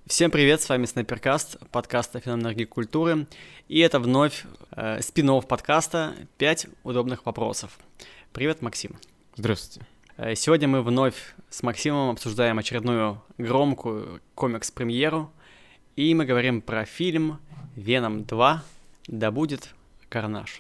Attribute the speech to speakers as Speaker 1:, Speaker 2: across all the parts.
Speaker 1: Всем привет, с вами Снайперкаст, подкаст о феноменах гик-культуры, и это вновь спин-офф подкаста «5 удобных вопросов». Привет, Максим.
Speaker 2: Здравствуйте.
Speaker 1: Сегодня мы вновь с Максимом обсуждаем очередную громкую комикс-премьеру, и мы говорим про фильм «Веном 2. Да будет Карнаж».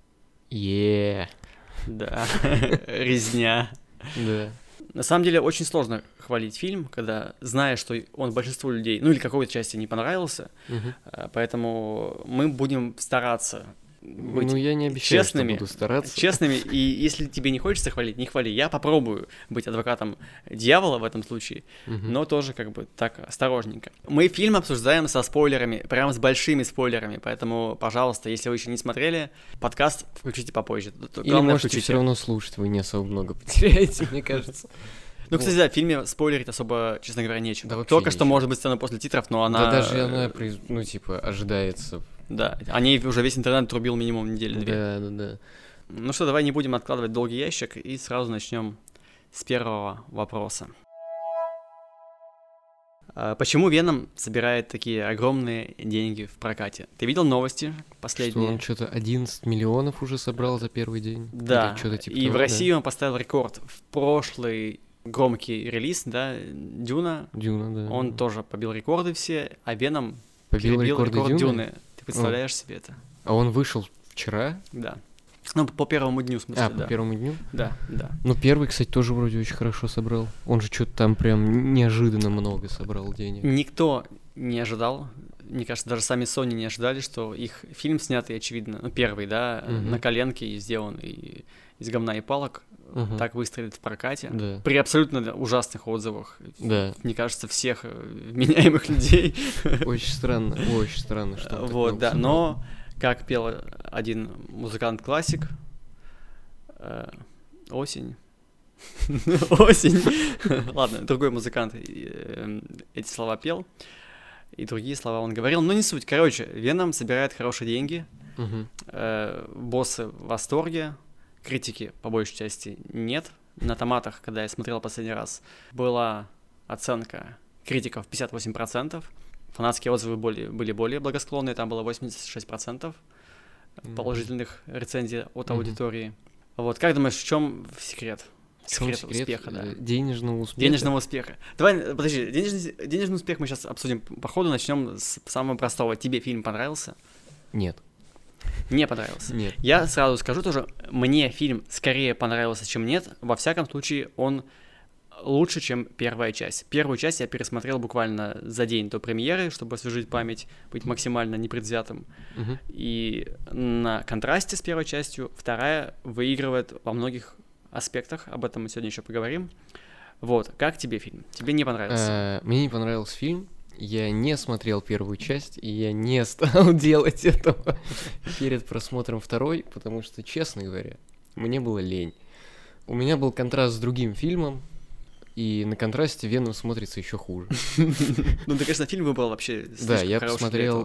Speaker 1: Да, резня.
Speaker 2: Да.
Speaker 1: На самом деле очень сложно хвалить фильм, когда знаешь, что он большинству людей, ну или какой-то части не понравился, поэтому мы будем стараться быть
Speaker 2: я не обещаю,
Speaker 1: честными,
Speaker 2: что буду стараться.
Speaker 1: честными, и если тебе не хочется хвалить, не хвали. Я попробую быть адвокатом дьявола в этом случае, но тоже как бы так осторожненько. Мы фильм обсуждаем со спойлерами, прям с большими спойлерами, поэтому, пожалуйста, если вы еще не смотрели, подкаст включите попозже.
Speaker 2: Или можете все равно слушать, вы не особо много потеряете, мне кажется.
Speaker 1: Ну, кстати, да, в фильме спойлерить особо, честно говоря, нечего.
Speaker 2: Да,
Speaker 1: только
Speaker 2: нечего.
Speaker 1: что может быть сцена после титров, но она...
Speaker 2: Да даже она, ожидается.
Speaker 1: Да, о ней уже весь интернет трубил минимум недели-две.
Speaker 2: Да.
Speaker 1: Ну что, давай не будем откладывать долгий ящик и сразу начнем с первого вопроса. Почему Веном собирает такие огромные деньги в прокате? Ты видел новости последние?
Speaker 2: Что он что-то 11 миллионов уже собрал за первый день?
Speaker 1: Да,
Speaker 2: что-то типа
Speaker 1: и
Speaker 2: того,
Speaker 1: в России он поставил рекорд. В прошлый громкий релиз, да, Дюна,
Speaker 2: да.
Speaker 1: Он тоже побил рекорды все, а Веном
Speaker 2: побил
Speaker 1: перебил
Speaker 2: рекорд
Speaker 1: Дюны. Ты представляешь себе это?
Speaker 2: А он вышел вчера?
Speaker 1: Да. Ну, по первому дню, в смысле, да.
Speaker 2: по первому дню?
Speaker 1: Да.
Speaker 2: Ну, первый, кстати, тоже вроде очень хорошо собрал. Он же что-то там прям неожиданно много собрал денег.
Speaker 1: Никто не ожидал, мне кажется, даже сами Sony не ожидали, что их фильм, снятый, очевидно, ну, первый, да, на коленке и сделан из говна и палок, так выстрелит в прокате, при абсолютно ужасных отзывах, мне кажется, всех вменяемых людей.
Speaker 2: Очень странно, что
Speaker 1: вот, да, но, как пел один музыкант-классик, осень, ладно, другой музыкант эти слова пел, и другие слова он говорил, но не суть, короче, Веном собирает хорошие деньги, боссы в восторге, критики, по большей части, нет. На томатах, когда я смотрел последний раз, была оценка критиков 58%. Фанатские отзывы были более благосклонные, там было 86% положительных рецензий от аудитории. Вот, как думаешь, в чем секрет? Секрет успеха, да.
Speaker 2: Денежного успеха.
Speaker 1: Денежного успеха. Давай, подожди, денежный успех мы сейчас обсудим по ходу, начнем с самого простого. Тебе фильм понравился?
Speaker 2: Нет.
Speaker 1: Не понравился?
Speaker 2: Нет.
Speaker 1: Я сразу скажу тоже, мне фильм скорее понравился, чем нет. Во всяком случае, он лучше, чем первая часть. Первую часть я пересмотрел буквально за день до премьеры, чтобы освежить память, быть максимально непредвзятым. И на контрасте с первой частью вторая выигрывает во многих аспектах. Об этом мы сегодня еще поговорим. Вот, как тебе фильм? Тебе не понравился?
Speaker 2: Мне не понравился фильм. Я не смотрел первую часть, и я не стал делать этого перед просмотром второй, потому что, честно говоря, мне было лень. У меня был контраст с другим фильмом, и на контрасте Веном смотрится еще хуже.
Speaker 1: Ну, ты, конечно, фильм выбрал вообще слишком хороший.
Speaker 2: Да, я посмотрел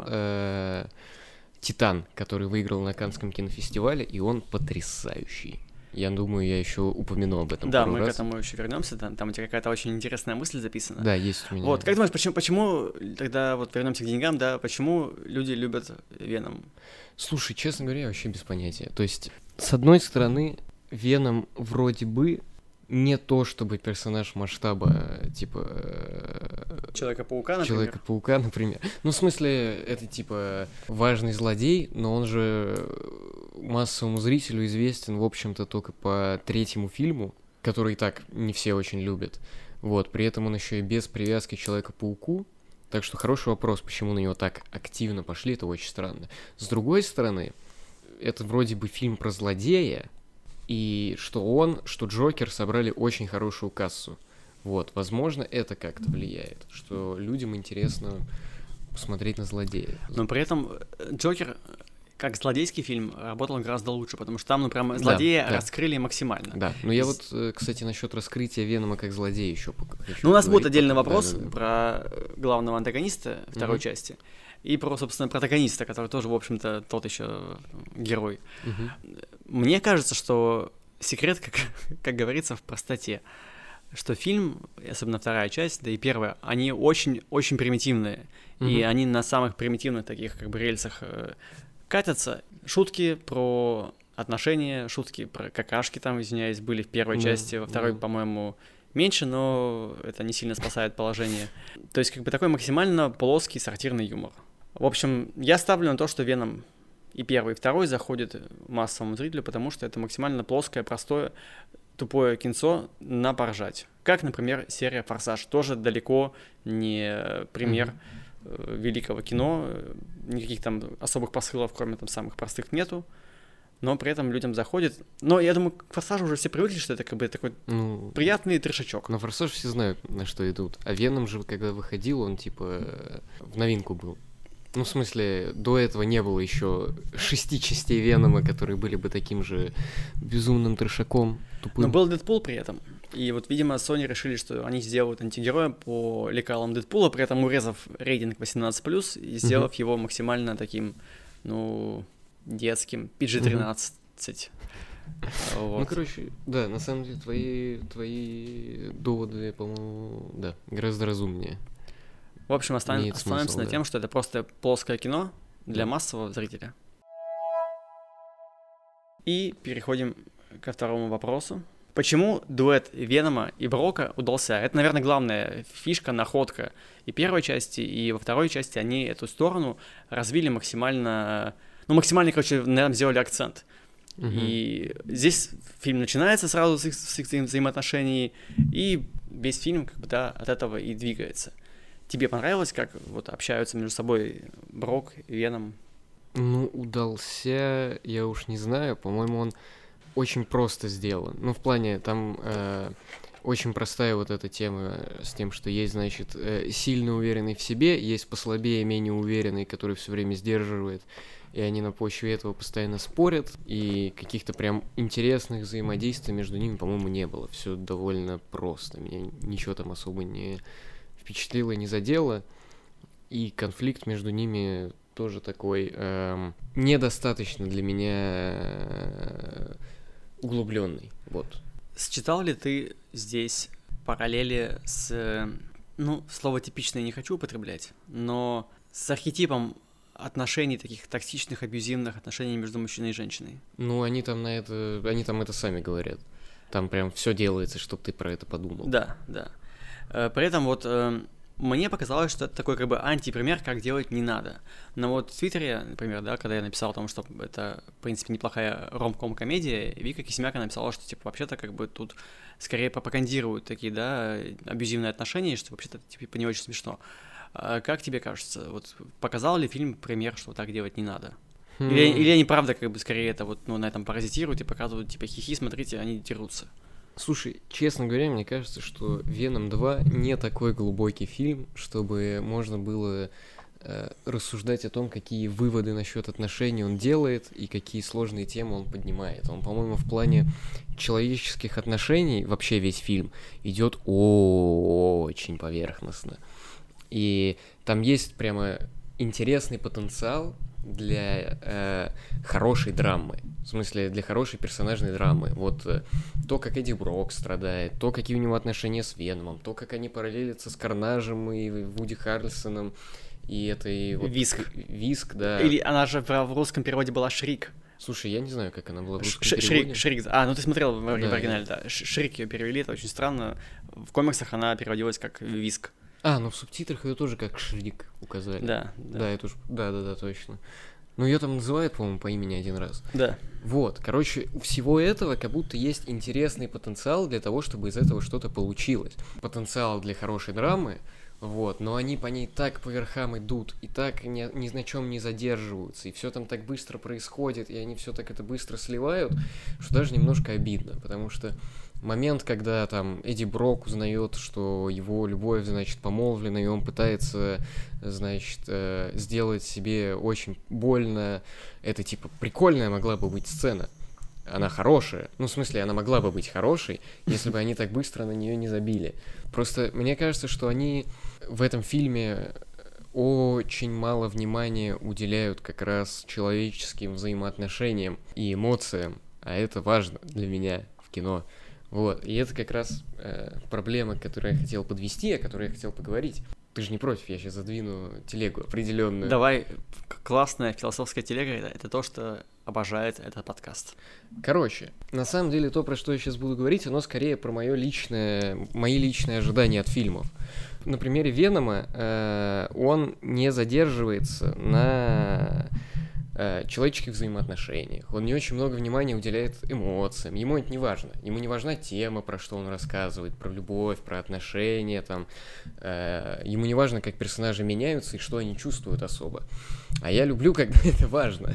Speaker 2: «Титан», который выиграл на Каннском кинофестивале, и он потрясающий. Я думаю, я еще упомяну об этом.
Speaker 1: Да, мы к этому еще вернемся. Там у тебя какая-то очень интересная мысль записана.
Speaker 2: Да, есть у меня.
Speaker 1: Вот, как думаешь, почему тогда вот вернемся к деньгам, да, почему люди любят Веном?
Speaker 2: Слушай, честно говоря, я вообще без понятия. То есть, с одной стороны, Веном вроде бы не то, чтобы персонаж масштаба, типа...
Speaker 1: Человека-паука, например?
Speaker 2: Человека-паука, например. Ну, в смысле, это, типа, важный злодей, но он же массовому зрителю известен, в общем-то, только по третьему фильму, который и так не все очень любят. Вот, при этом он еще и без привязки к Человеку-пауку. Так что хороший вопрос, почему на него так активно пошли, это очень странно. С другой стороны, это вроде бы фильм про злодея, и что он, что Джокер собрали очень хорошую кассу. Вот, возможно, это как-то влияет, что людям интересно посмотреть на злодея.
Speaker 1: Но при этом Джокер, как злодейский фильм, работал гораздо лучше, потому что там, ну, прям злодея раскрыли максимально.
Speaker 2: Да, но я вот, кстати, насчет раскрытия Венома как злодея еще хочу.
Speaker 1: Ну, у нас будет отдельный вопрос про главного антагониста второй части. И про, собственно, протагониста, который тоже, в общем-то, тот еще герой. Мне кажется, что секрет, как говорится, в простоте. что фильм, особенно вторая часть, да и первая, они очень-очень примитивные, и они на самых примитивных таких как бы рельсах катятся. Шутки про отношения, шутки про какашки там, извиняюсь, были в первой части, во второй, по-моему, меньше, но это не сильно спасает положение. То есть как бы такой максимально плоский сортирный юмор. В общем, я ставлю на то, что Веном и первый, и второй заходят массовому зрителю, потому что это максимально плоское, простое, тупое кинцо на поржать. Как, например, серия «Форсаж». Тоже далеко не пример великого кино. Никаких там особых посылов, кроме там самых простых, нету. Но при этом людям заходит. Но я думаю, к «Форсажу» уже все привыкли, что это как бы такой приятный трешачок.
Speaker 2: На «Форсаж» все знают, на что идут. А «Веном» же, когда выходил, он типа в новинку был. Ну, в смысле, до этого не было еще 6 частей Венома, которые были бы таким же безумным трешаком, тупым.
Speaker 1: Но был Дэдпул при этом. И вот, видимо, Sony решили, что они сделают антигероя по лекалам Дэдпула, при этом урезав рейтинг 18+, и сделав его максимально таким, детским, PG-13. Вот.
Speaker 2: Ну, короче, да, на самом деле, твои доводы, по-моему, да, гораздо разумнее.
Speaker 1: В общем, останемся на тем, что это просто плоское кино для массового зрителя. И переходим ко второму вопросу. Почему дуэт Венома и Брока удался? Это, наверное, главная фишка, находка и первой части, и во второй части они эту сторону развили максимально, короче, наверное, сделали акцент. И здесь фильм начинается сразу с их взаимоотношений, и весь фильм как бы, да, от этого и двигается. Тебе понравилось, как вот общаются между собой Брок и Веном?
Speaker 2: Ну, удался, я уж не знаю, по-моему, он очень просто сделан. Ну, в плане, там очень простая вот эта тема с тем, что есть, значит, сильно уверенный в себе, есть послабее, менее уверенный, который все время сдерживает, и они на почве этого постоянно спорят, и каких-то прям интересных взаимодействий между ними, по-моему, не было. Все довольно просто, меня ничего там особо не впечатлило, не задело, и конфликт между ними тоже такой недостаточно для меня углубленный. Вот.
Speaker 1: Считал ли ты здесь параллели с, слово типичное не хочу употреблять, но с архетипом отношений, таких токсичных, абьюзивных отношений между мужчиной и женщиной?
Speaker 2: Ну, они там это сами говорят. Там прям все делается, чтобы ты про это подумал.
Speaker 1: Да. При этом вот мне показалось, что это такой как бы антипример, как делать не надо. Но вот в Твиттере, например, да, когда я написал о том, что это, в принципе, неплохая ромком-комедия, Вика Кисемяка написала, что, типа, вообще-то как бы тут скорее пропагандируют такие, да, абьюзивные отношения, что вообще-то, типа, не очень смешно. А как тебе кажется, вот показал ли фильм пример, что так делать не надо? Или они, правда, как бы, скорее это вот, на этом паразитируют и показывают, типа, хихи, смотрите, они дерутся?
Speaker 2: Слушай, честно говоря, мне кажется, что «Веном 2» не такой глубокий фильм, чтобы можно было рассуждать о том, какие выводы насчет отношений он делает и какие сложные темы он поднимает. Он, по-моему, в плане человеческих отношений, вообще весь фильм, идет очень поверхностно. И там есть прямо интересный потенциал для хорошей драмы. В смысле, для хорошей персонажной драмы. Вот то, как Эдди Брок страдает, то, какие у него отношения с Веномом, то, как они параллелятся с Карнажем и Вуди Харрельсоном, и этой... Вот, Виск, да.
Speaker 1: Или она же в русском переводе была Шрик.
Speaker 2: Слушай, я не знаю, как она была в русском переводе.
Speaker 1: Шрик. Ты смотрел в оригинале, да. Шрик ее перевели, это очень странно. В комиксах она переводилась как Виск.
Speaker 2: В субтитрах ее тоже как Шрик указали.
Speaker 1: Да.
Speaker 2: Да, это уж... Да, точно. Но ее там называют, по-моему, по имени один раз.
Speaker 1: Да.
Speaker 2: Вот, короче, у всего этого как будто есть интересный потенциал для того, чтобы из этого что-то получилось. Потенциал для хорошей драмы, вот, но они по ней так по верхам идут, и так ни на чем не задерживаются, и все там так быстро происходит, и они все так это быстро сливают, что даже немножко обидно, потому что момент, когда там Эдди Брок узнает, что его любовь, значит, помолвлена, и он пытается, значит, сделать себе очень больно, это, типа, прикольная могла бы быть сцена. Она хорошая. Ну, в смысле, она могла бы быть хорошей, если бы они так быстро на нее не забили. Просто мне кажется, что они в этом фильме очень мало внимания уделяют как раз человеческим взаимоотношениям и эмоциям, а это важно для меня в кино. Вот, и это как раз проблема, которую я хотел подвести, о которой я хотел поговорить. Ты же не против, я сейчас задвину телегу определенную.
Speaker 1: Давай, классная философская телега — это то, что обожает этот подкаст.
Speaker 2: Короче, на самом деле то, про что я сейчас буду говорить, оно скорее про мои личные ожидания от фильмов. На примере Венома он не задерживается на человеческих взаимоотношениях. Он не очень много внимания уделяет эмоциям. Ему это не важно. Ему не важна тема, про что он рассказывает, про любовь, про отношения. Там. Ему не важно, как персонажи меняются и что они чувствуют особо. А я люблю, когда это важно.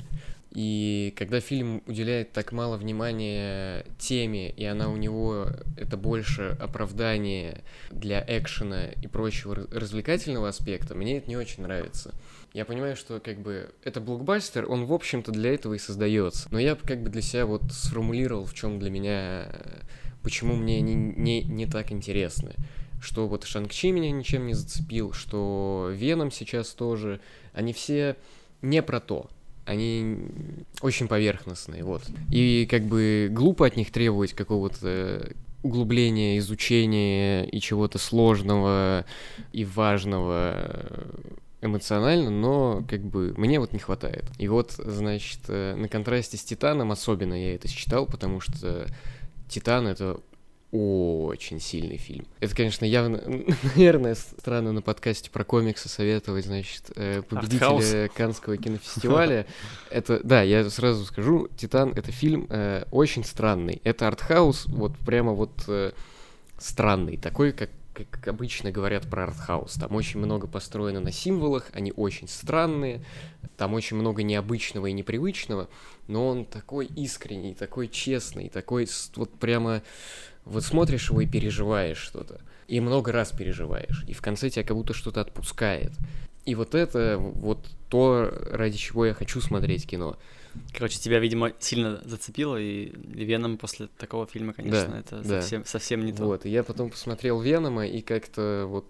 Speaker 2: И когда фильм уделяет так мало внимания теме, и она у него это больше оправдание для экшена и прочего развлекательного аспекта, мне это не очень нравится. Я понимаю, что как бы это блокбастер, он в общем-то для этого и создается. Но я как бы для себя вот сформулировал, в чем для меня, почему мне не так интересно. Что вот Шанг-Чи меня ничем не зацепил, что Веном сейчас тоже. Они все не про то. Они очень поверхностные, вот. И как бы глупо от них требовать какого-то углубления, изучения и чего-то сложного и важного эмоционально, но как бы мне вот не хватает. И вот, значит, на контрасте с Титаном особенно я это считал, потому что Титан — это очень сильный фильм. Это, конечно, явно, наверное, странно на подкасте про комиксы советовать, значит, победителя Каннского кинофестиваля. Это, да, я сразу скажу, «Титан» — это фильм очень странный. Это артхаус, вот прямо вот странный, такой, как обычно говорят про артхаус. Там очень много построено на символах, они очень странные, там очень много необычного и непривычного, но он такой искренний, такой честный, такой вот прямо... Вот смотришь его и переживаешь что-то. И много раз переживаешь. И в конце тебя как будто что-то отпускает. И вот это вот то, ради чего я хочу смотреть кино.
Speaker 1: Короче, тебя, видимо, сильно зацепило, и Веном после такого фильма, конечно,
Speaker 2: да,
Speaker 1: это совсем не то.
Speaker 2: Вот, и я потом посмотрел Венома, и как-то вот...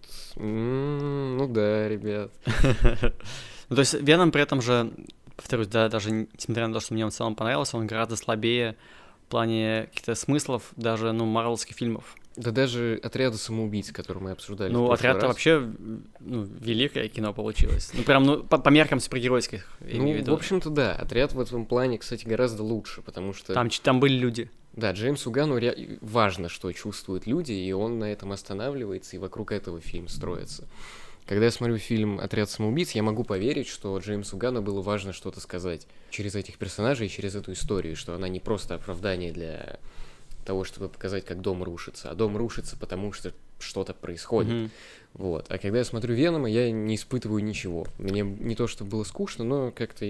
Speaker 2: ну да, ребят.
Speaker 1: Ну, то есть Веном при этом же, повторюсь, да, даже несмотря на то, что мне он в целом понравился, он гораздо слабее в плане каких-то смыслов даже, марвелских фильмов.
Speaker 2: Да даже «Отряда самоубийц», который мы обсуждали в прошлый
Speaker 1: «Отряд»-то
Speaker 2: раз.
Speaker 1: вообще, великое кино получилось. Прям, по меркам супергеройских, я имею в виду.
Speaker 2: В общем-то, да. «Отряд» в этом плане, кстати, гораздо лучше, потому что...
Speaker 1: Там были люди.
Speaker 2: Да, Джеймсу Ганну важно, что чувствуют люди, и он на этом останавливается, и вокруг этого фильм строится. Когда я смотрю фильм «Отряд самоубийц», я могу поверить, что Джеймсу Ганну было важно что-то сказать через этих персонажей, через эту историю, что она не просто оправдание для того, чтобы показать, как дом рушится, а дом рушится, потому что что-то происходит. Mm-hmm. Вот. А когда я смотрю «Венома», я не испытываю ничего. Мне не то, чтобы было скучно, но как-то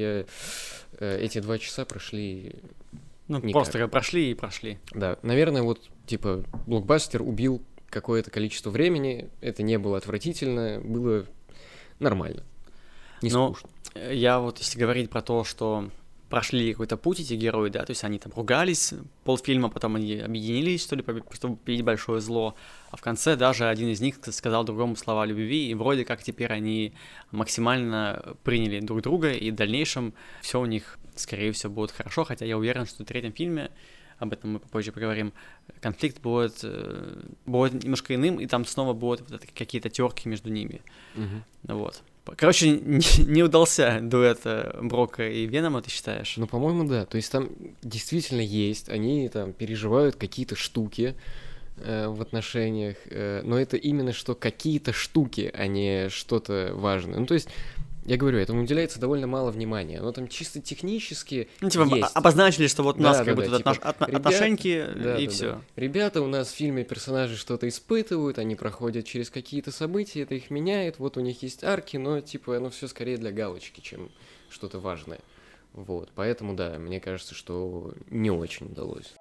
Speaker 2: эти 2 часа прошли... никак.
Speaker 1: Просто прошли и прошли.
Speaker 2: Да, наверное, вот, типа, блокбастер убил какое-то количество времени, это не было отвратительно, было нормально, не скучно.
Speaker 1: Я вот, если говорить про то, что прошли какой-то путь эти герои, да, то есть они там ругались полфильма, потом они объединились, что ли, чтобы победить большое зло, а в конце даже один из них сказал другому слова любви, и вроде как теперь они максимально приняли друг друга, и в дальнейшем все у них, скорее всего, будет хорошо, хотя я уверен, что в 3-м фильме, об этом мы попозже поговорим, конфликт будет немножко иным, и там снова будут вот какие-то терки между ними.
Speaker 2: Mm-hmm.
Speaker 1: Вот. Короче, не удался дуэт Брока и Венома, ты считаешь?
Speaker 2: Ну, по-моему, да. То есть там действительно есть, они там переживают какие-то штуки в отношениях, но это именно что какие-то штуки, а не что-то важное. Ну, то есть... Я говорю, этому уделяется довольно мало внимания. Оно там чисто технически есть.
Speaker 1: Обозначили, что вот у нас как бы тут
Speaker 2: типа,
Speaker 1: отношеньки, и все.
Speaker 2: Да. Ребята у нас в фильме персонажи что-то испытывают, они проходят через какие-то события, это их меняет, вот у них есть арки, но типа оно все скорее для галочки, чем что-то важное. Вот, поэтому да, мне кажется, что не очень удалось.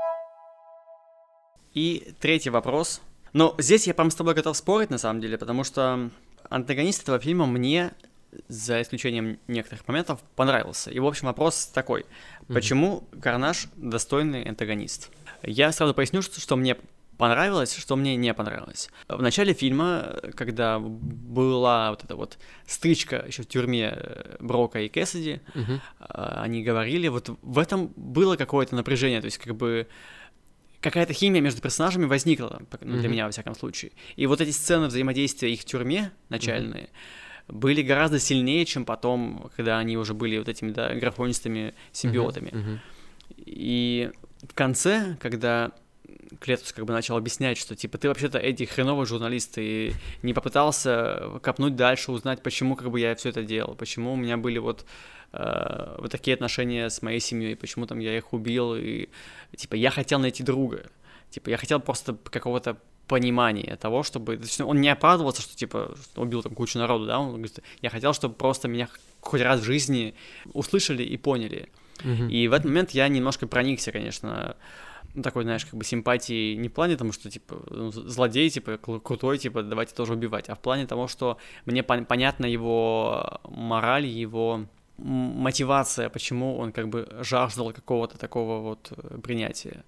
Speaker 1: И 3-й вопрос. Но здесь я прям с тобой готов спорить, на самом деле, потому что антагонист этого фильма мне... за исключением некоторых моментов, понравился. И, в общем, вопрос такой. Почему Карнаж достойный антагонист? Я сразу поясню, что мне понравилось, что мне не понравилось. В начале фильма, когда была вот эта вот стычка еще в тюрьме Брока и Кэссиди, они говорили, вот в этом было какое-то напряжение, то есть как бы какая-то химия между персонажами возникла, ну, для меня, во всяком случае. И вот эти сцены взаимодействия их в тюрьме начальные были гораздо сильнее, чем потом, когда они уже были вот этими, да, графонистыми симбиотами. И в конце, когда Клетус как бы начал объяснять, что, типа, ты вообще-то Эдди хреновый журналист, и не попытался копнуть дальше, узнать, почему как бы я все это делал, почему у меня были вот такие отношения с моей семьей, почему там я их убил, и, типа, я хотел найти друга, типа, я хотел просто какого-то понимания того, чтобы... Он не оправдывался, что, типа, убил там кучу народу, да, он говорит, я хотел, чтобы просто меня хоть раз в жизни услышали и поняли. И в этот момент я немножко проникся, конечно, такой, знаешь, как бы симпатии не в плане того, что, типа, злодей, типа, крутой, типа, давайте тоже убивать, а в плане того, что мне понятна его мораль, его мотивация, почему он как бы жаждал какого-то такого вот принятия.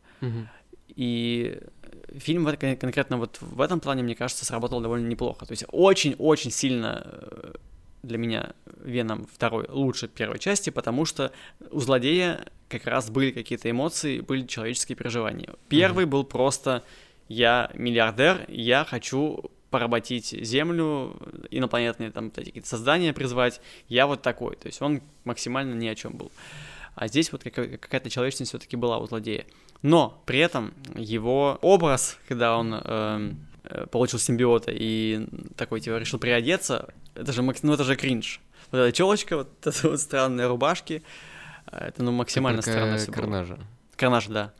Speaker 1: И фильм конкретно вот в этом плане, мне кажется, сработал довольно неплохо. То есть очень-очень сильно для меня Веном 2 лучше первой части, потому что у злодея как раз были какие-то эмоции, были человеческие переживания. Первый был просто «я миллиардер, я хочу поработить Землю, инопланетные там какие-то создания призвать, я вот такой». То есть он максимально ни о чем был. А здесь вот какая-то человечность все-таки была у злодея. Но при этом его образ, когда он получил симбиота и такой, типа, решил приодеться, это же, ну, это же кринж. Вот эта челочка, вот эти вот странные рубашки, это, ну, максимально странно все было. Карнажа, да.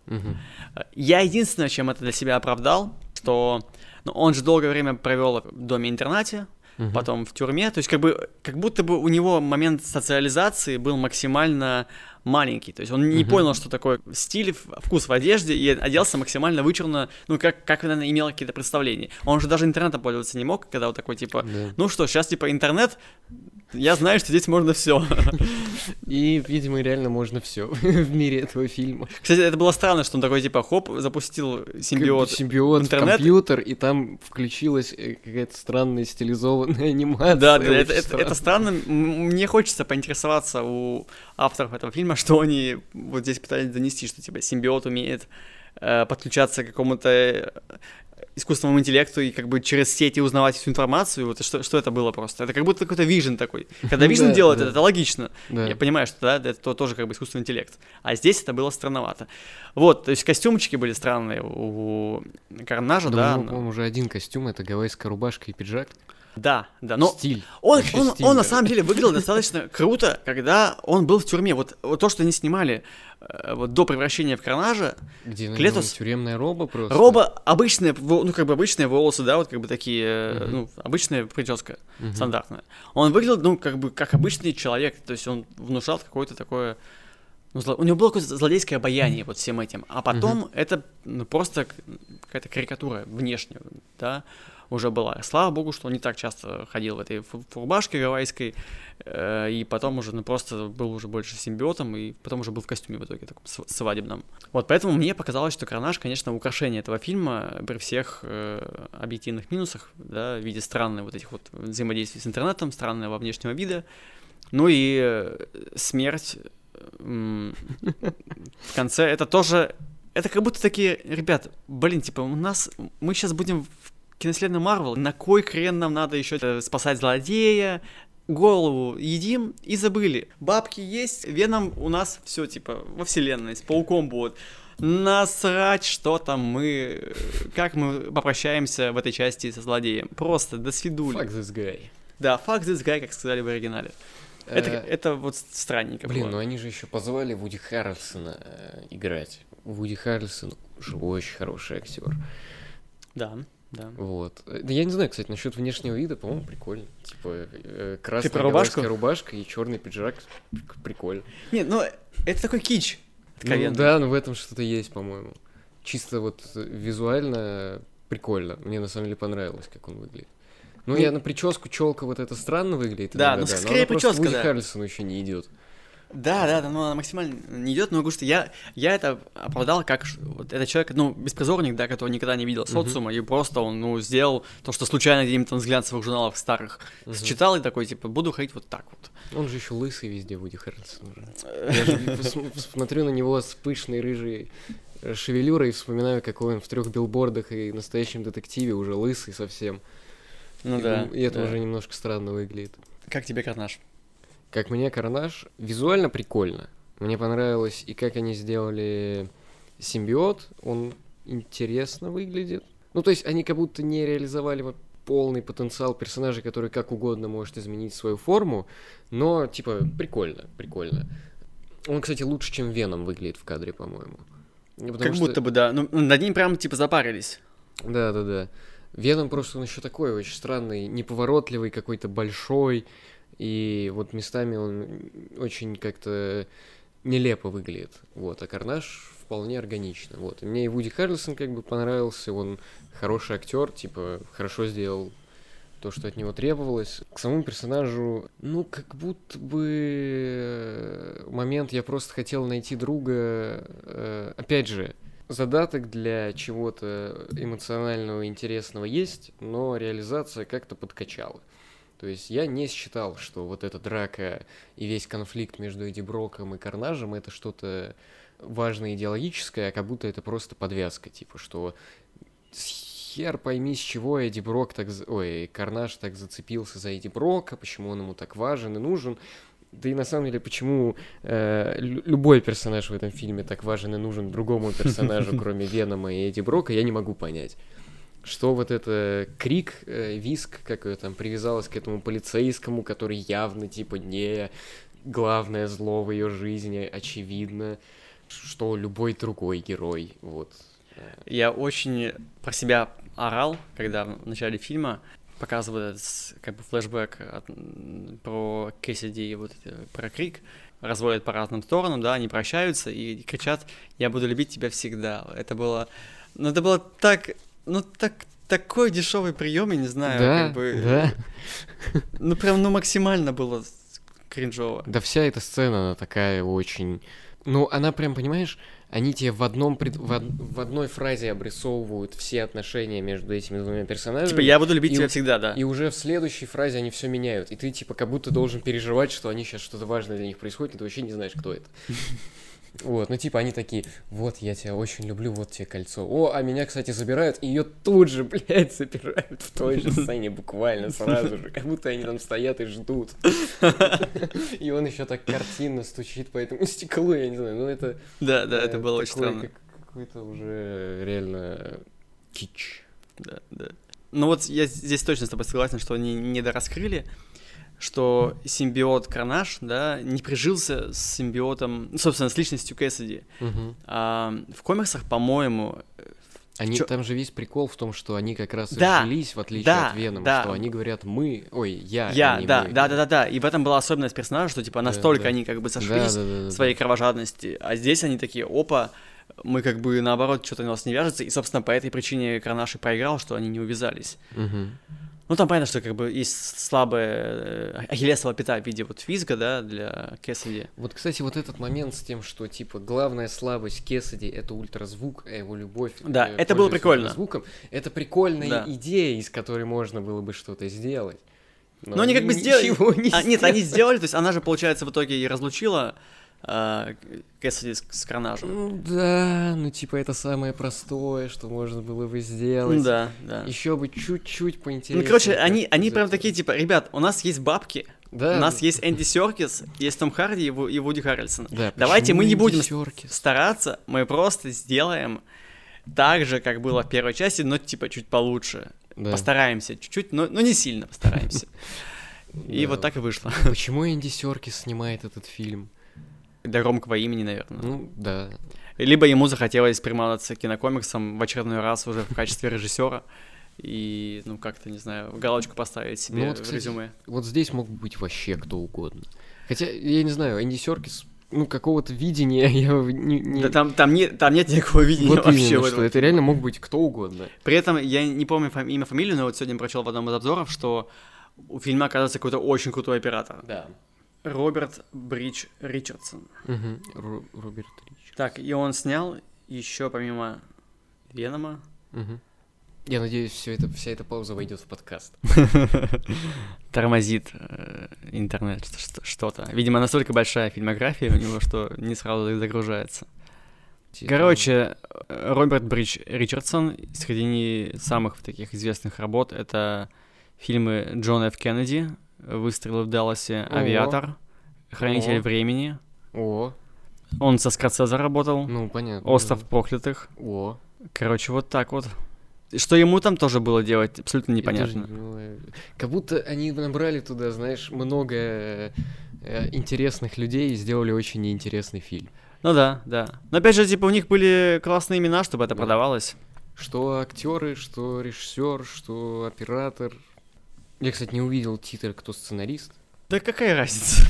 Speaker 1: Я единственное, чем это для себя оправдал, что он же долгое время провел в доме-интернате, потом в тюрьме, то есть как будто бы у него момент социализации был максимально маленький, то есть он не понял, что такое стиль, вкус в одежде, и оделся максимально вычурно, ну, как наверное, имел какие-то представления. Он же даже интернетом пользоваться не мог, когда вот такой, типа, ну что, сейчас, типа, интернет, я знаю, что здесь можно все.
Speaker 2: И, видимо, реально можно все в мире этого фильма.
Speaker 1: Кстати, это было странно, что он такой, типа, хоп, запустил симбиот
Speaker 2: в компьютер, и там включилась какая-то странная стилизованная анимация.
Speaker 1: Да, это странно. Мне хочется поинтересоваться у авторов этого фильма, что они вот здесь пытались донести, что, типа, симбиот умеет подключаться к какому-то искусственному интеллекту и как бы через сети узнавать всю информацию, вот что это было просто. Это как будто какой-то вижен такой. Когда вижен делает, это логично. Я понимаю, что да, это тоже как бы искусственный интеллект. А здесь это было странновато. Вот, то есть костюмчики были странные у Карнажа, да.
Speaker 2: Ну, по-моему, уже один костюм, это гавайская рубашка и пиджак.
Speaker 1: Да, но
Speaker 2: стиль.
Speaker 1: Он на самом деле выглядел достаточно круто, когда он был в тюрьме. Вот то, что они снимали вот до превращения в Карнажа.
Speaker 2: Где
Speaker 1: Клетус...
Speaker 2: тюремная роба просто.
Speaker 1: Роба обычная, ну как бы обычные волосы, да, вот как бы такие, ну, обычная прическа, стандартная. Он выглядел, ну, как бы как обычный человек, то есть он внушал какое-то такое... Ну, у него было какое-то злодейское обаяние вот всем этим, а потом это просто какая-то карикатура внешняя, да, уже была. Слава богу, что он не так часто ходил в этой рубашке гавайской, и потом уже, ну, просто был уже больше симбиотом, и потом уже был в костюме в итоге, таком свадебном. Вот, поэтому мне показалось, что Карнаж, конечно, украшение этого фильма при всех объективных минусах, да, в виде странных вот этих вот взаимодействий с интернетом, странного внешнего вида, ну и смерть в конце, это тоже, это как будто такие, ребят, блин, типа, мы сейчас будем в киновселенной Марвел, на кой хрен нам надо еще спасать злодея, голову едим и забыли. Бабки есть, Веном у нас все, типа, во вселенной, с Пауком будет. Насрать, что там как мы попрощаемся в этой части со злодеем. Просто до свидули.
Speaker 2: Fuck this guy.
Speaker 1: Да, fuck this guy, как сказали в оригинале. Это вот странненько было.
Speaker 2: Блин, ну они же еще позвали Вуди Харрельсона играть. Вуди Харрельсон же очень хороший актер.
Speaker 1: Да, да.
Speaker 2: Вот. Я не знаю, кстати, насчет внешнего вида, по-моему, прикольно. Типа красная
Speaker 1: гавайская
Speaker 2: рубашка и черный пиджак. Прикольно.
Speaker 1: Нет, ну это такой кич.
Speaker 2: Ну, да, но в этом что-то есть, по-моему. Чисто вот визуально прикольно. Мне на самом деле понравилось, как он выглядит. Ну, я на прическу челка вот это странно выглядит.
Speaker 1: Да, ну скорее прическа,
Speaker 2: Вуди Харрельсону еще не идет.
Speaker 1: Да, ну она максимально не идет, но я говорю, что я это оправдал как вот этот человек, ну, беспризорник, да, который никогда не видел социума, и просто он, ну, сделал то, что случайно где-нибудь в глянцевых журналах старых считал, и такой, типа, буду ходить вот так вот.
Speaker 2: Он же еще лысый везде, Вуди Харрельсон уже. Я же смотрю на него с пышной рыжей шевелюрой, вспоминаю, какой он в «3 билбордах» и «Настоящем детективе» уже лысый совсем.
Speaker 1: Ну
Speaker 2: и,
Speaker 1: да.
Speaker 2: И это
Speaker 1: да.
Speaker 2: уже немножко странно выглядит.
Speaker 1: Как тебе «Карнаж»?
Speaker 2: Как мне «Карнаж» визуально прикольно. Мне понравилось и как они сделали симбиот, он интересно выглядит. Ну, то есть они как будто не реализовали вот полный потенциал персонажа, который как угодно может изменить свою форму, но, типа, прикольно. Он, кстати, лучше, чем Веном выглядит в кадре, по-моему.
Speaker 1: Как будто бы, да. Ну, над ним прям, типа, запарились.
Speaker 2: Да. Веном просто он еще такой очень странный, неповоротливый, какой-то большой, и вот местами он очень как-то нелепо выглядит. Вот, а «Карнаж» вполне органично. Вот. И мне и Вуди Харрельсон как бы понравился, он хороший актер, типа, хорошо сделал то, что от него требовалось. К самому персонажу, ну, как будто бы момент я просто хотел найти друга. Опять же, задаток для чего-то эмоционального, интересного есть, но реализация как-то подкачала. То есть я не считал, что вот эта драка и весь конфликт между Эдди Броком и Карнажем — это что-то важное идеологическое, а как будто это просто подвязка, типа, что хер пойми, с чего Эдди Брок так... Карнаж так зацепился за Эдди Брока, почему он ему так важен и нужен. Да и на самом деле, почему любой персонаж в этом фильме так важен и нужен другому персонажу, кроме Венома и Эдди Брока, я не могу понять. Что вот это крик, виск, как ее там привязалась к этому полицейскому, который явно, типа, не главное зло в ее жизни, очевидно, что любой другой герой, вот.
Speaker 1: Я очень про себя орал, когда в начале фильма показывают как бы флешбэк про Кэссиди и вот про крик, разводят по разным сторонам, да, они прощаются и кричат: «Я буду любить тебя всегда». Это было так... Ну, такой дешевый прием, я не знаю,
Speaker 2: да,
Speaker 1: как бы...
Speaker 2: Да.
Speaker 1: Ну, прям, максимально было кринжово.
Speaker 2: Да вся эта сцена, она такая очень... Ну, она прям, понимаешь, они тебе в одной фразе обрисовывают все отношения между этими двумя персонажами.
Speaker 1: Типа, я буду любить тебя всегда, да.
Speaker 2: И уже в следующей фразе они все меняют. И ты, типа, как будто должен переживать, что они сейчас что-то важное для них происходит, и ты вообще не знаешь, кто это. Вот, ну типа они такие: вот, я тебя очень люблю, вот тебе кольцо. О, а меня, кстати, забирают, и ее тут же, блядь, забирают в той же сцене буквально сразу же, как будто они там стоят и ждут. И он еще так картинно стучит по этому стеклу, я не знаю, ну это...
Speaker 1: Да, это было очень странно.
Speaker 2: Какой-то уже реально кич.
Speaker 1: Да. Ну вот я здесь точно с тобой согласен, что они недораскрыли, что симбиот Карнаж, да, не прижился с симбиотом, собственно, с личностью Кэссиди.
Speaker 2: Угу.
Speaker 1: А в комиксах, по-моему...
Speaker 2: Там же весь прикол в том, что они как раз разжились, в отличие от Венома, что они говорят «мы», я,
Speaker 1: да, и в этом была особенность персонажа, что, типа, настолько они как бы сошлись в своей кровожадности, а здесь они такие: опа, мы как бы, наоборот, что-то у нас не вяжется, и, собственно, по этой причине Карнаж и проиграл, что они не увязались.
Speaker 2: Угу.
Speaker 1: Ну, там понятно, что как бы есть слабая ахиллесова пята в виде вот визга, да, для Кэссиди.
Speaker 2: Вот, кстати, вот этот момент с тем, что, типа, главная слабость Кэссиди — это ультразвук, а его любовь...
Speaker 1: Да, это было прикольно.
Speaker 2: Звуком. Это прикольная идея, из которой можно было бы что-то сделать.
Speaker 1: Но они как бы сделали... Нет, они сделали, то есть она же, получается, в итоге и разлучила Кэссиди с Карнажем.
Speaker 2: Ну да, типа это самое простое, что можно было бы сделать.
Speaker 1: Да.
Speaker 2: Еще бы чуть-чуть поинтереснее.
Speaker 1: Ну, короче, они прям такие, типа: ребят, у нас есть бабки,
Speaker 2: да.
Speaker 1: У нас есть Энди Серкис, есть Том Харди и Вуди Харрельсон.
Speaker 2: Да,
Speaker 1: давайте мы не будем стараться, мы просто сделаем так же, как было в первой части, но типа чуть получше. Да. Постараемся чуть-чуть, но не сильно постараемся. И вот так и вышло.
Speaker 2: Почему Энди Серкис снимает этот фильм?
Speaker 1: Для громкого имени, наверное.
Speaker 2: Ну, да.
Speaker 1: Либо ему захотелось примазаться к кинокомиксам в очередной раз уже в качестве режиссера и, как-то, не знаю, галочку поставить себе в резюме.
Speaker 2: Вот здесь мог быть вообще кто угодно. Хотя, я не знаю, Энди Серкис, какого-то видения я не...
Speaker 1: Да там нет никакого видения вот вообще.
Speaker 2: Вот что это реально мог быть кто угодно.
Speaker 1: При этом я не помню имя, фамилию, но вот сегодня прочел в одном из обзоров, что у фильма, оказывается, какой-то очень крутой оператор.
Speaker 2: Да.
Speaker 1: Роберт Бридж Ричардсон.
Speaker 2: Угу. Роберт Ричардсон.
Speaker 1: Так, и он снял еще помимо Венома.
Speaker 2: Угу. Я надеюсь, вся эта пауза войдет в подкаст.
Speaker 1: Тормозит интернет что-то. Видимо, настолько большая фильмография у него, что не сразу загружается. Короче, Роберт Бридж Ричардсон, среди самых таких известных работ, это фильмы Джона Ф. Кеннеди, «Выстрелы в Далласе», «Авиатор», «Хранитель времени». Он со Скорсезе работал.
Speaker 2: Ну, понятно.
Speaker 1: «Остров проклятых». Короче, вот так вот. Что ему там тоже было делать, абсолютно непонятно.
Speaker 2: Как будто они набрали туда, знаешь, много интересных людей и сделали очень неинтересный фильм.
Speaker 1: Ну да. Но опять же, типа, у них были классные имена, чтобы это продавалось.
Speaker 2: Что актеры, что режиссер, что оператор. Я, кстати, не увидел титр, кто сценарист.
Speaker 1: Да какая разница?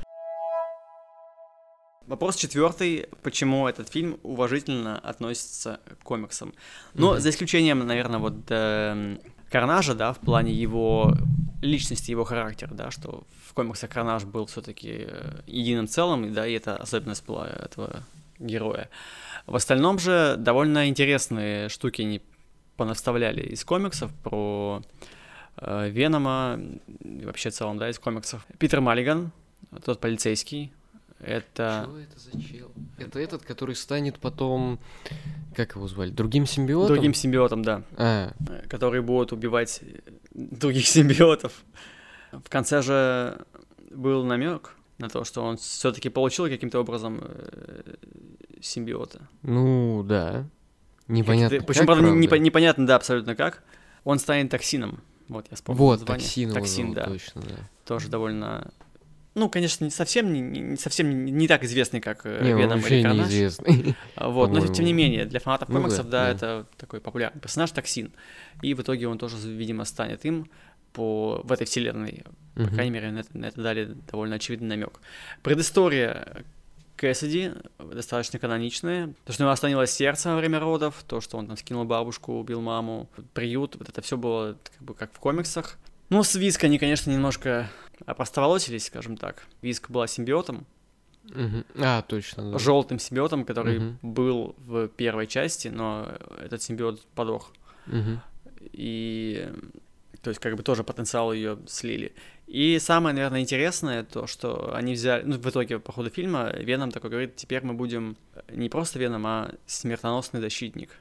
Speaker 1: Вопрос 4. Почему этот фильм уважительно относится к комиксам? Ну, за исключением, наверное, вот Карнажа, да, в плане его личности, его характера, да, что в комиксах Карнаж был все-таки единым целым, да, и это особенность была этого героя. В остальном же довольно интересные штуки они понаставляли из комиксов про Венома, и вообще в целом, да, из комиксов. Питер Маллиган, тот полицейский. Это...
Speaker 2: Что это за чел? Это этот, который станет потом... Как его звали? Другим симбиотом?
Speaker 1: Другим симбиотом, да. Которые будут убивать других симбиотов. В конце же был намек на то, что он все-таки получил каким-то образом симбиота.
Speaker 2: Ну, да. Непонятно.
Speaker 1: Причем, правда, непонятно, да, абсолютно как. Он станет токсином. Вот, я вспомнил название.
Speaker 2: Токсин,
Speaker 1: да.
Speaker 2: Точно, да.
Speaker 1: Тоже довольно... Ну, конечно, не совсем не так известный, как
Speaker 2: Веном или Карнаж. Неизвестный.
Speaker 1: Вот, но тем не менее, для фанатов комиксов, это такой популярный персонаж Токсин. И в итоге он тоже, видимо, станет им в этой вселенной. По крайней мере, на это дали довольно очевидный намек. Предыстория Кэссиди достаточно каноничная. То, что у него остановилось сердце во время родов, то, что он там скинул бабушку, убил маму, приют, вот это все было как в комиксах. Ну, с Виск они, конечно, немножко опростоволосились, скажем так. Виск была симбиотом.
Speaker 2: Точно, да.
Speaker 1: Желтым симбиотом, который был в первой части, но этот симбиот подох. И... То есть, как бы тоже потенциал ее слили. И самое, наверное, интересное, то, что они взяли... Ну, в итоге, по ходу фильма, Веном такой говорит, теперь мы будем не просто Веном, а смертоносный защитник.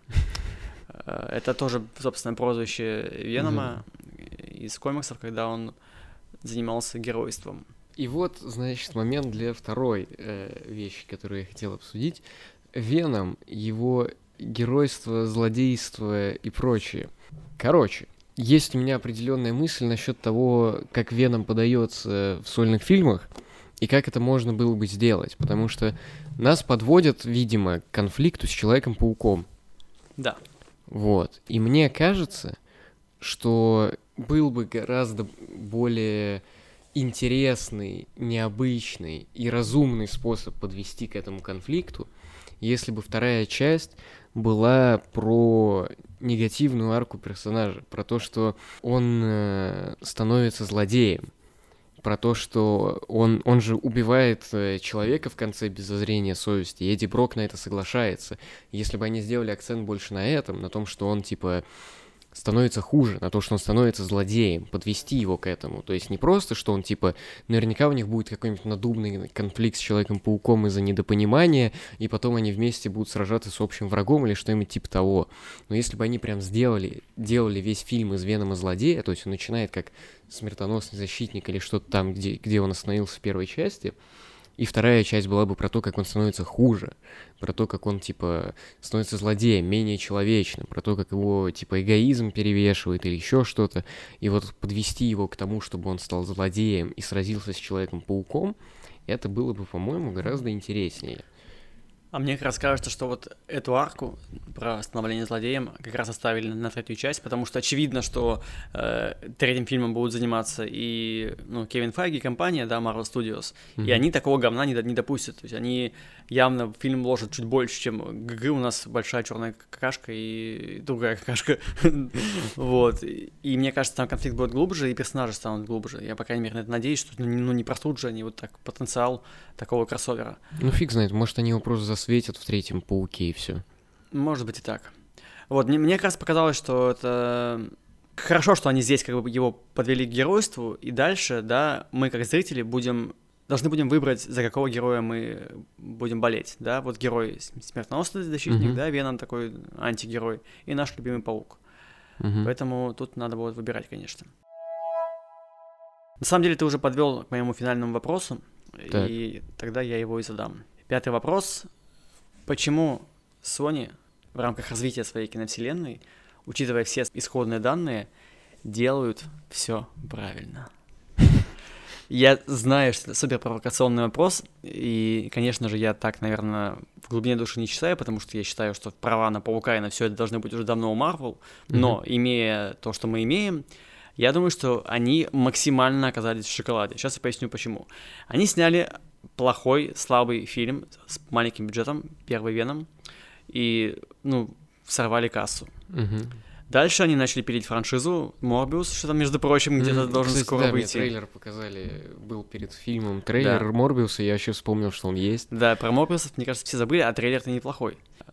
Speaker 1: Это тоже, собственно, прозвище Венома из комиксов, когда он занимался геройством.
Speaker 2: И вот, значит, момент для второй вещи, которую я хотел обсудить. Веном, его геройство, злодейство и прочее. Короче, есть у меня определенная мысль насчет того, как Веном подается в сольных фильмах и как это можно было бы сделать, потому что нас подводят, видимо, к конфликту с Человеком-пауком.
Speaker 1: Да.
Speaker 2: Вот. И мне кажется, что был бы гораздо более интересный, необычный и разумный способ подвести к этому конфликту, если бы вторая часть была про негативную арку персонажа, про то, что он становится злодеем, про то, что он же убивает человека в конце без зазрения совести, и Эдди Брок на это соглашается. Если бы они сделали акцент больше на этом, на том, что он, типа, становится хуже, на то, что он становится злодеем, подвести его к этому. То есть не просто, что он, типа, наверняка у них будет какой-нибудь надуманный конфликт с Человеком-пауком из-за недопонимания, и потом они вместе будут сражаться с общим врагом или что-нибудь типа того. Но если бы они прям делали весь фильм из Венома злодея, то есть он начинает как смертоносный защитник или что-то там, где он остановился в первой части, и вторая часть была бы про то, как он становится хуже, про то, как он, типа, становится злодеем, менее человечным, про то, как его, типа, эгоизм перевешивает или еще что-то, и вот подвести его к тому, чтобы он стал злодеем и сразился с Человеком-пауком, это было бы, по-моему, гораздо интереснее.
Speaker 1: А мне как раз кажется, что вот эту арку про становление злодеем как раз оставили на третью часть, потому что очевидно, что третьим фильмом будут заниматься и Кевин Файги, компания, да, Marvel Studios, и они такого говна не допустят. То есть они явно в фильм вложат чуть больше, чем ГГ, у нас большая черная какашка и другая какашка. Вот. И мне кажется, там конфликт будет глубже, и персонажи станут глубже. Я, по крайней мере, на это надеюсь, что не просрут же они вот так потенциал такого кроссовера.
Speaker 2: Ну, фиг знает, может, они его просто засветят в третьем Пауке и все.
Speaker 1: Может быть и так. Вот, мне как раз показалось, что это хорошо, что они здесь как бы его подвели к геройству, и дальше, да, мы как зрители будем должны будем выбрать, за какого героя мы будем болеть, да, вот герой смертоносный защитник, да, Веном такой антигерой, и наш любимый Паук. Поэтому тут надо будет выбирать, конечно. На самом деле ты уже подвел к моему финальному вопросу, и тогда я его и задам. 5-й вопрос. Почему Sony в рамках развития своей киновселенной, учитывая все исходные данные, делают все правильно? Я знаю, что это супер провокационный вопрос, и, конечно же, я так, наверное, в глубине души не считаю, потому что я считаю, что права на Паука и на все это должны быть уже давно у Marvel, но, имея то, что мы имеем, я думаю, что они максимально оказались в шоколаде. Сейчас я поясню, почему. Они сняли плохой, слабый фильм с маленьким бюджетом, первый Веном, и, сорвали кассу. Дальше они начали пилить франшизу Морбиус, что там, между прочим, где-то должен скоро выйти.
Speaker 2: Мне трейлер показали, был перед фильмом трейлер Морбиуса, я еще вспомнил, что он есть.
Speaker 1: Да, про Морбиуса, мне кажется, все забыли, а трейлер-то неплохой.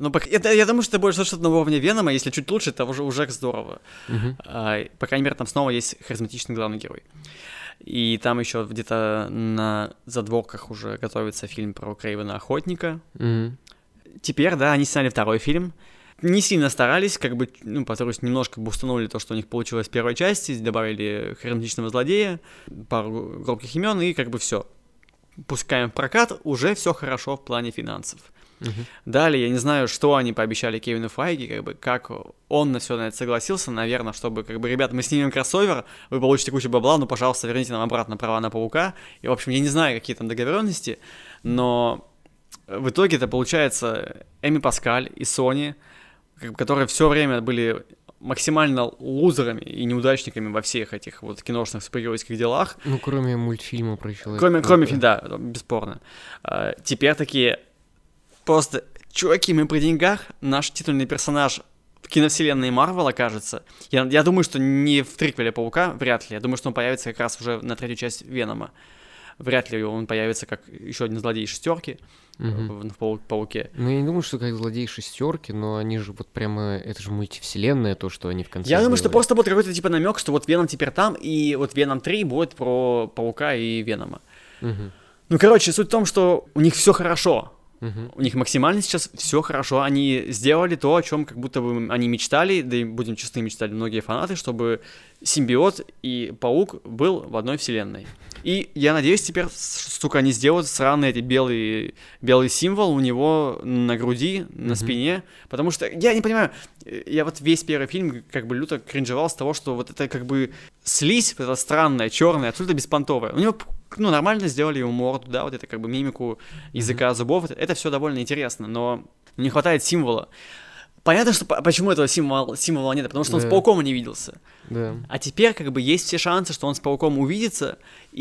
Speaker 1: Я думаю, что это больше что-то на уровне Венома, если чуть лучше, это уже здорово. По крайней мере, там снова есть харизматичный главный герой. И там еще где-то на задворках уже готовится фильм про Крейвена Охотника. Теперь, да, они сняли второй фильм. Не сильно старались, повторюсь, немножко бустанули то, что у них получилось в первой части, добавили харизматичного злодея, пару громких имен, и все. Пускаем в прокат, уже все хорошо в плане финансов. Далее, я не знаю, что они пообещали Кевину Файги, как он на все на это согласился, наверное, чтобы, ребят, мы снимем кроссовер, вы получите кучу бабла, пожалуйста, верните нам обратно права на Паука. И, в общем, я не знаю, какие там договоренности, но в итоге это получается Эми Паскаль и Sony, которые все время были максимально лузерами и неудачниками во всех этих вот киношных супергеройских делах.
Speaker 2: Кроме мультфильма про Человека-паука.
Speaker 1: Кроме да, бесспорно. Теперь такие просто, чуваки, мы при деньгах, наш титульный персонаж в киновселенной Марвел окажется. Я думаю, что не в триквеле Паука, вряд ли. Я думаю, что он появится как раз уже на 3-ю часть Венома. Вряд ли он появится как еще один злодей шестерки в Пауке.
Speaker 2: Я не думаю, что как злодей шестерки, но они же вот прямо, это же мультивселенная, то, что они в конце
Speaker 1: Я думаю,
Speaker 2: сделали.
Speaker 1: что просто будет какой-то намек, что вот Веном теперь там, и вот Веном 3 будет про Паука и Венома. Суть в том, что у них все хорошо. У них максимально сейчас все хорошо. Они сделали то, о чем как будто бы они мечтали, да и будем честны, мечтали многие фанаты, чтобы симбиот и Паук был в одной вселенной. И я надеюсь, теперь, сука, они сделают сраный эти белый символ у него на груди, на спине, потому что, я не понимаю, я вот весь первый фильм люто кринжевал с того, что вот это слизь, вот эта странная, черная, абсолютно беспонтовая. У него нормально сделали ему морду, да, вот это мимику языка, зубов, это все довольно интересно, но не хватает символа. Понятно, что почему этого символа нет, потому что он с Пауком не виделся.
Speaker 2: Да.
Speaker 1: А теперь есть все шансы, что он с Пауком увидится,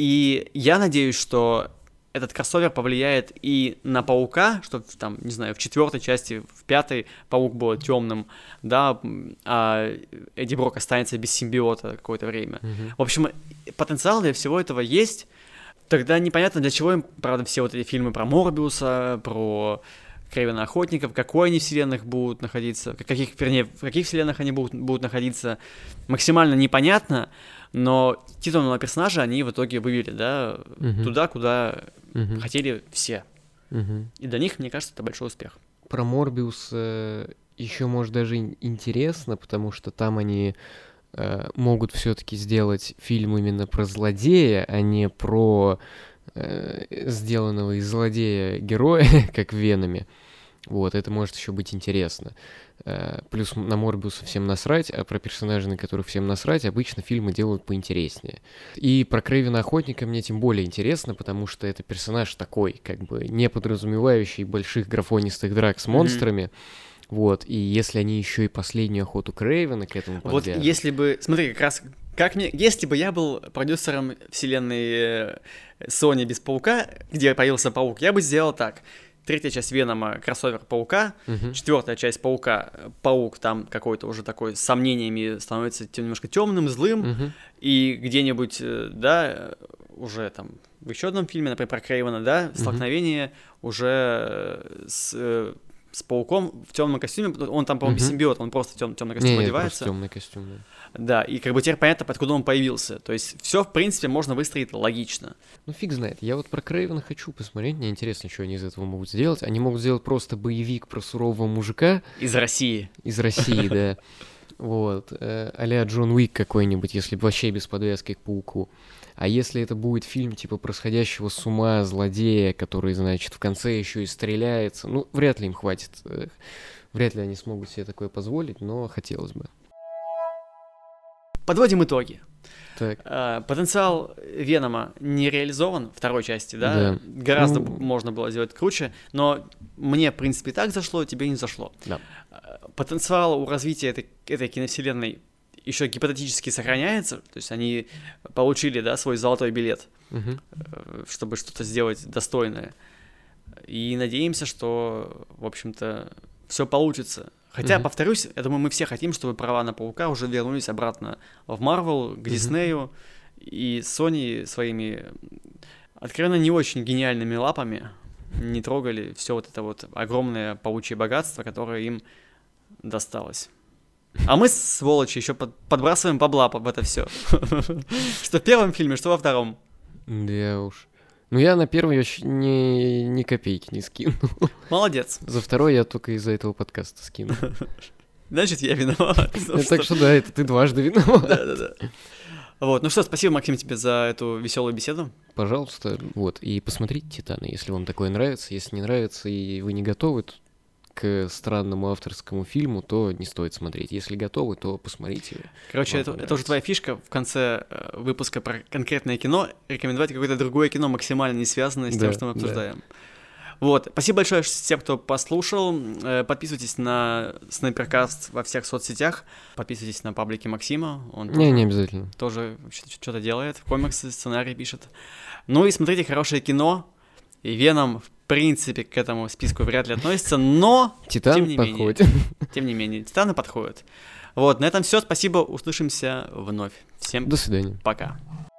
Speaker 1: и я надеюсь, что этот кроссовер повлияет и на Паука, что там, не знаю, в 4-й части, в 5-й Паук будет темным, да, а Эдди Брок останется без симбиота какое-то время. В общем, потенциал для всего этого есть. Тогда непонятно, для чего им, правда, все вот эти фильмы про Морбиуса, про Крейвена Охотника, в какой они вселенных будут находиться, в каких вселенных они будут находиться, максимально непонятно, но титульного персонажа они в итоге вывели, да, туда, куда хотели все. И для них, мне кажется, это большой успех.
Speaker 2: Про Морбиуса еще, может, даже интересно, потому что там они могут все-таки сделать фильм именно про злодея, а не про сделанного из злодея героя, как в Веноме. Вот, это может еще быть интересно. Плюс на Морбиуса всем насрать, а про персонажей, на которых всем насрать, обычно фильмы делают поинтереснее. И про Крейвена Охотника мне тем более интересно, потому что это персонаж такой, не подразумевающий больших графонистых драк с монстрами. Вот, и если они еще и последнюю охоту Крейвена к этому подвяжут.
Speaker 1: Вот если бы, смотри, если бы я был продюсером вселенной Sony без Паука, где появился Паук, я бы сделал так. 3-я часть Венома, кроссовер Паука, 4-я часть Паука, Паук там какой-то уже такой с сомнениями становится немножко темным, злым, и где-нибудь, да, уже там в еще одном фильме, например, про Крейвена, да, столкновение уже с с пауком в темном костюме, он там, по-моему, симбиот, он просто темный костюм одевается.
Speaker 2: Просто темный костюм, да.
Speaker 1: Да, и как бы теперь понятно, откуда он появился. То есть все, в принципе, можно выстроить логично.
Speaker 2: Ну, фиг знает. Я вот про Крейвена хочу посмотреть. Мне интересно, что они из этого могут сделать. Они могут сделать просто боевик про сурового мужика.
Speaker 1: Из России.
Speaker 2: Из России, да. Вот. А-ля Джон Уик какой-нибудь, если вообще без подвязки к пауку. А если это будет фильм типа про сходящего с ума злодея, который, значит, в конце еще и стреляется, ну, вряд ли им хватит. Вряд ли они смогут себе такое позволить, но хотелось бы.
Speaker 1: Подводим итоги.
Speaker 2: Так.
Speaker 1: Потенциал Венома не реализован, второй части, да? Гораздо можно было сделать круче, но мне, в принципе, и так зашло, тебе не зашло.
Speaker 2: Да.
Speaker 1: Потенциал у развития этой киновселенной еще гипотетически сохраняется, то есть они получили, да, свой золотой билет, чтобы что-то сделать достойное. И надеемся, что, в общем-то, все получится. Хотя, повторюсь, я думаю, мы все хотим, чтобы права на Паука уже вернулись обратно в Marvel, к Диснею, и Sony своими откровенно не очень гениальными лапами не трогали все вот это вот огромное паучье богатство, которое им досталось. А мы, сволочи, еще подбрасываем бабла в это все. Что в первом фильме, что во втором.
Speaker 2: Да уж. Ну, я на первый ни копейки не скину.
Speaker 1: Молодец.
Speaker 2: За второй я только из-за этого подкаста скину.
Speaker 1: Значит, я виноват.
Speaker 2: Так что да, это ты дважды виноват.
Speaker 1: Да. Вот, ну что, спасибо, Максим, тебе за эту веселую беседу.
Speaker 2: Пожалуйста, вот, и посмотрите «Титаны», если вам такое нравится. Если не нравится и вы не готовы к странному авторскому фильму, то не стоит смотреть. Если готовы, то посмотрите.
Speaker 1: Короче, это уже твоя фишка в конце выпуска про конкретное кино рекомендовать какое-то другое кино, максимально не связанное с тем, что мы обсуждаем. Вот. Спасибо большое всем, кто послушал. Подписывайтесь на Снайперкаст во всех соцсетях. Подписывайтесь на паблики Максима. Он
Speaker 2: не обязательно.
Speaker 1: Тоже что-то делает, комиксы, сценарий пишет. Ну и смотрите хорошее кино. И Веном, в принципе, к этому списку вряд ли относится, но...
Speaker 2: Титан подходит.
Speaker 1: Тем не менее, Титаны подходят. Вот, на этом все. Спасибо. Услышимся вновь. Всем
Speaker 2: до свидания.
Speaker 1: Пока.